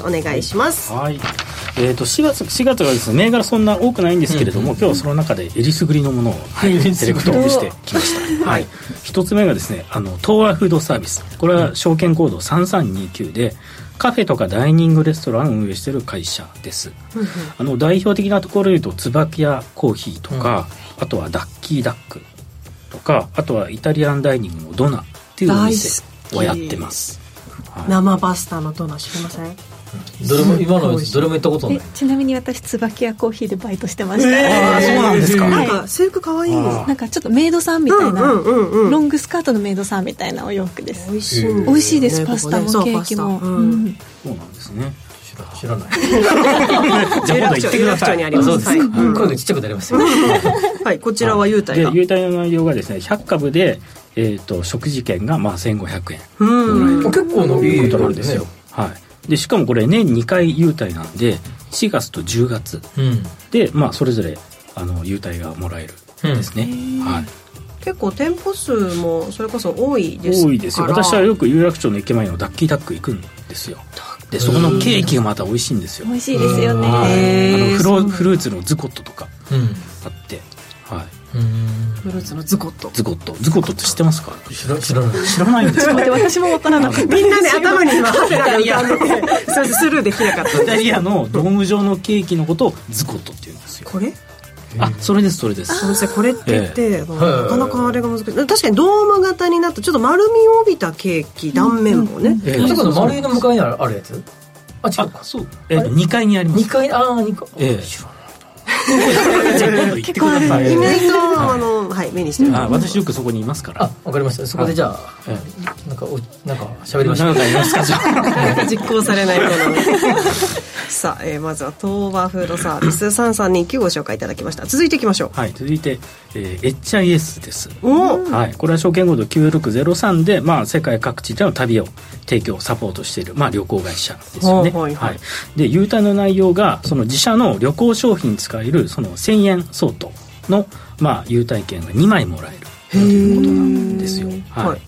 お願いします。 はい、えー、としがつしがつはですね、銘柄そんな多くないんですけれども、うんうんうん、今日はその中でえりすぐりのものを、はい、セレクトしてきました、はい、一つ目がですね、あの東和フードサービス。これは証券コードさんさんにきゅうでカフェとかダイニングレストランを運営している会社です、うんうん、あの代表的なところでいうと椿屋コーヒーとか、うん、あとはダッキーダックとか、あとはイタリアンダイニングのドナっていうお店をやってます、 はい、生パスタのドナ知りません。 どれも今のうちどれも行ったことない。 ちなみに私椿屋コーヒーでバイトしてました、 えー、 あ、そうなんですか。 なんか制服かわいいです。 なんかちょっとメイドさんみたいな、うんうんうんうん、ロングスカートのメイドさんみたいなお洋服です。 美味しい、 美味しいです。パスタもケーキも、 うんうん、そうなんですね。 知らないじゃあ今度行ってください。 にあります。 そうです、はい、うん、声がちっちゃくなりますよはい、こちらは優待が、 で優待の内容がですね、ひゃくかぶで、えー、と食事券がまあせんごひゃくえんうん結構のいいことなんですよ、はい。でしかもこれ年にかい優待なんでしがつとじゅうがつ、うん、で、まあ、それぞれあの優待がもらえるんですね、うん、はい。 結構店舗数もそれこそ多いですから。 多いですよ。私はよく有楽町の駅前のダッキーダック行くんですよ。でそこのケーキがまた美味しいんですよ。 美味しいですよね。 あのフロフルーツのズコットとかあって、うん、はい。 フルーツのズコットズコットズコットって知ってますか。 知ら知らない知らないんですか。 私もわからなかった。 みんなね頭に今ハテナが浮かんでてそれスルーできなかった。 イタリアのドーム状のケーキのことをズコットって言うんですよ。 これあ、それですそれです。 これって言って、えー、なかなかあれが難しい。確かにドーム型になったちょっと丸みを帯びたケーキ断面もね、 えー、だから丸いの向かいにあるやつ。 あ、違うか。そう、えー、にかいにあります。 にかい、ああにかい、えー、知らない。 じゃあ今度行ってください。 意外とあの、はい、目にしてる。 あ、私よくそこにいますから。 あ、わかりました。そこでじゃあ、はい、なんかおなんか喋りましょう。 なんか言いますか。じゃあ実行されないこのさあ、えー、まずは東和フードサービスさんさんにきゅうご紹介いただきました。続いていきましょう。 はい、続いて、えー、エイチアイエス です。 お、 はい、これは証券コードきゅうろくゼロさんで、まあ、世界各地での旅を提供サポートしている、まあ、旅行会社ですよね。はいはいはい。で優待の内容がその自社の旅行商品に使えるそのせんえん相当の、まあ、優待券がにまいもらえるということなんですよ。はい、はい。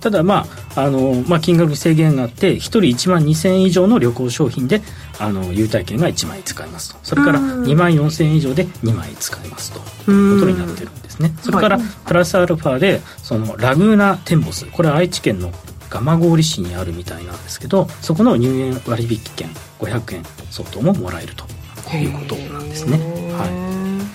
ただ、まああのまあ、金額に制限があってひとりいちまんにせんえん以上の旅行商品であの優待券がいちまい使えますと。それからにまんよんせんえん以上でにまい使えますということになってるんですね。それからプラスアルファでそのラグーナテンボス、これは愛知県の蒲郡市にあるみたいなんですけど、そこの入園割引券ごひゃくえん相当ももらえるということなんですね。はい、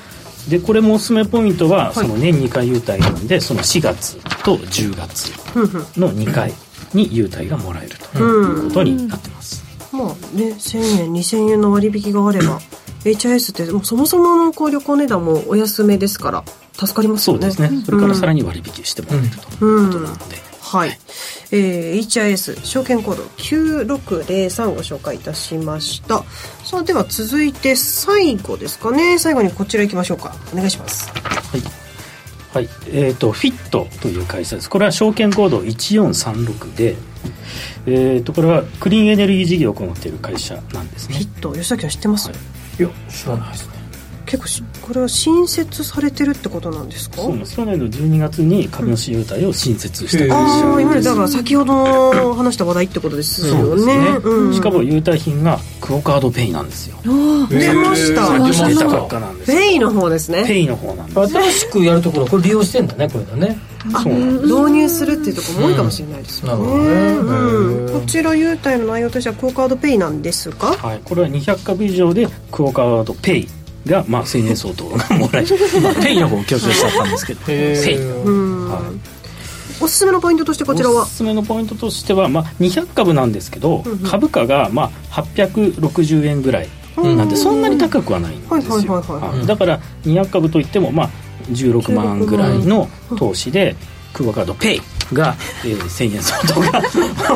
でこれもおすすめポイントは、はい、その年にかい優待なんで、そのしがつとじゅうがつのにかいに優待がもらえるということになってます。 まあね、せんえんにせんえんの割引があればエイチアイエス ってもうそもそものこう旅行値段もお安めですから助かりますよね。 そうですね。それからさらに割引してもらえるということなので、うんうん、 はい、えー、エイチアイエス 証券コードきゅうろくぜろさんご紹介いたしました。さあでは続いて最後ですかね。最後にこちら行きましょうか。お願いします。 はいはい、えーと、フィットという会社です。これは証券コードいちよんさんろくで、えーと、これはクリーンエネルギー事業を行っている会社なんですね。 フィット、吉崎さん知ってます？はい、 いや知らないですね。 結構しこれは新設されてるってことなんですか？ そうです。去年のじゅうにがつに株主優待を新設した会社、 うん、ああ、今までだから先ほど話した話題ってことですよね。そうですね、 うん、しかも優待品がクオカードペイなんですよ。 出ました。 さっきも出たばっかなんです。 ペイの方ですね。 ペイの方なんです。 新しくやるところこれ利用してんだね、これだね。 あ、導入するっていうところも多いかもしれないですよね。うんうん、こちら優待の内容としてはクオカードペイなんですか？ はい、これはにひゃくかぶ以上でクオカードペイが、まあ、せんえん相当がもらえるペイの方を強調しちゃったんですけどペイ、 はい、おすすめのポイントとしてこちらは？ おすすめのポイントとしては、まあ、にひゃくかぶなんですけど、うんうん、株価が、まあ、はっぴゃくろくじゅうえんぐらいなんでそんなに高くはないんですよ。だからにひゃくかぶといっても、まあ、じゅうろくまんぐらいの投資でクオカードペイが、えー、せんえん相当がもらえるというと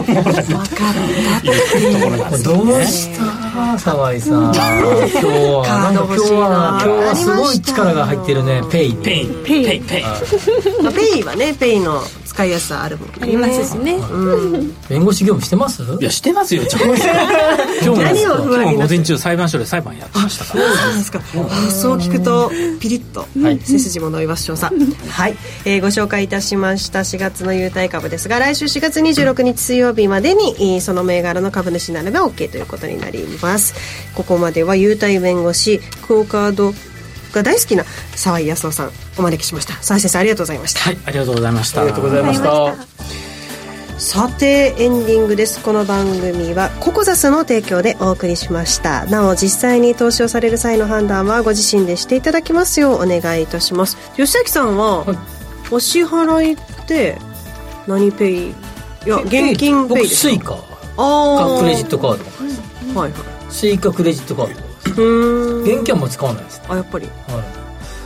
ころなんですね。 どうした沢井さん今日はなんか今日は今日はすごい力が入ってるね。ペイペイペイペイペイまあ、ペイはね、ペイの使いやすさあるもんね。 ありますしね、うん、 弁護士業務してます？ いやしてますよ。今日も何を不安になって今日午前中裁判所で裁判やってましたから。 そうなんですか。そう聞くとピリッと背筋も伸びます調査。はい、えー、ご紹介いたしましたしがつの優待株ですが、来週しがつにじゅうろくにち水曜日までにその銘柄の株主ならば OK ということになります。ここまでは優待弁護士クオカードが大好きな沢井康夫さんお招きしました。沢井先生ありがとうございました。 はい、ありがとうございました。 ありがとうございました。 さてエンディングです。この番組はココザスの提供でお送りしました。なお実際に投資をされる際の判断はご自身でしていただきますようお願いいたします。吉崎さんは、はい、お支払いって何ペイ？いや現金ペイですか？ 僕スイカあクレジットカード、はいはい、スイカクレジットカードうん現金はもう使わないです、ね、 あやっぱり、はい、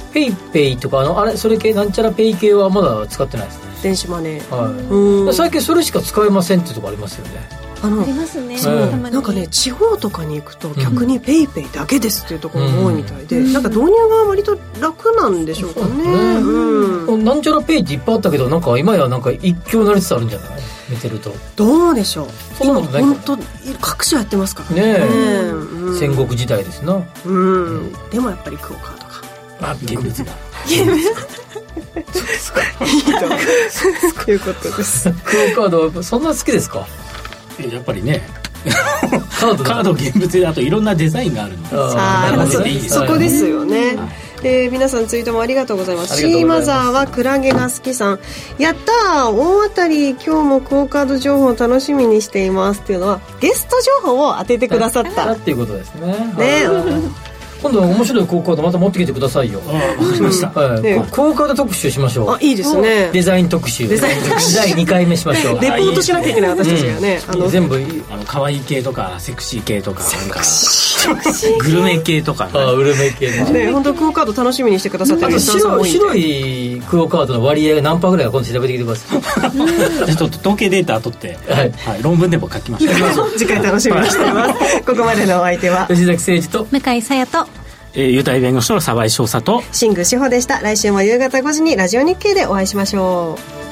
ペイペイとかあのあれそれ系なんちゃらペイ系はまだ使ってないですね。 電子マネー、 はい、うん最近それしか使えませんってとこありますよね。 あのありますね。 そう、えー、なんかね地方とかに行くと逆にペイペイだけですっていうところも多いみたいで、うん、なんか導入が割と楽なんでしょうかね。 うん、なんちゃらペイっていっぱいあったけどなんか今やなんか一強なりつつあるんじゃない見てると。 どうでしょう。 そんなことないか。 本当各種やってますからね。 ねえ、うん、戦国時代ですな。 うん、うん、でもやっぱりクオカードか。 あ現物が。 現物。そうですか。いいということです。 クオカードそんな好きですか。 やっぱりね。カードカード現物であといろんなデザインがあるので。 ああ、そ, そこですよね。えー、皆さんツイートもありがとうございます。シーマザーはクラゲが好きさん、やったー大当たり今日もクオカード情報を楽しみにしていますっていうのはゲスト情報を当ててくださったっていうことですね。 ね今度面白いクオカードまた持ってきてくださいよ。 わかりました、 はいね、クオカード特集しましょう。 あいいですね。 デザイン特集デザイン特集だいにかいめしましょう。 レポートしなきゃいけない私たちがね、 うん、あの全部あの可愛い系とかセクシー系とかなんかグルメ系とか、ね、 あグルメ系ね本当クオカード楽しみにしてくださってる人さんも多いんで。白いクオカードの割合が何パーぐらいか今度調べてきてください。 ちょっと統計データ取って、はいはい、論文でも書きましょう。 次回楽しみにしていますここまでのお相手は吉崎誠二と向井沙耶とえー、優待弁護士の沢井翔佐と新宮志保でした。来週も夕方ごじにラジオ日経でお会いしましょう。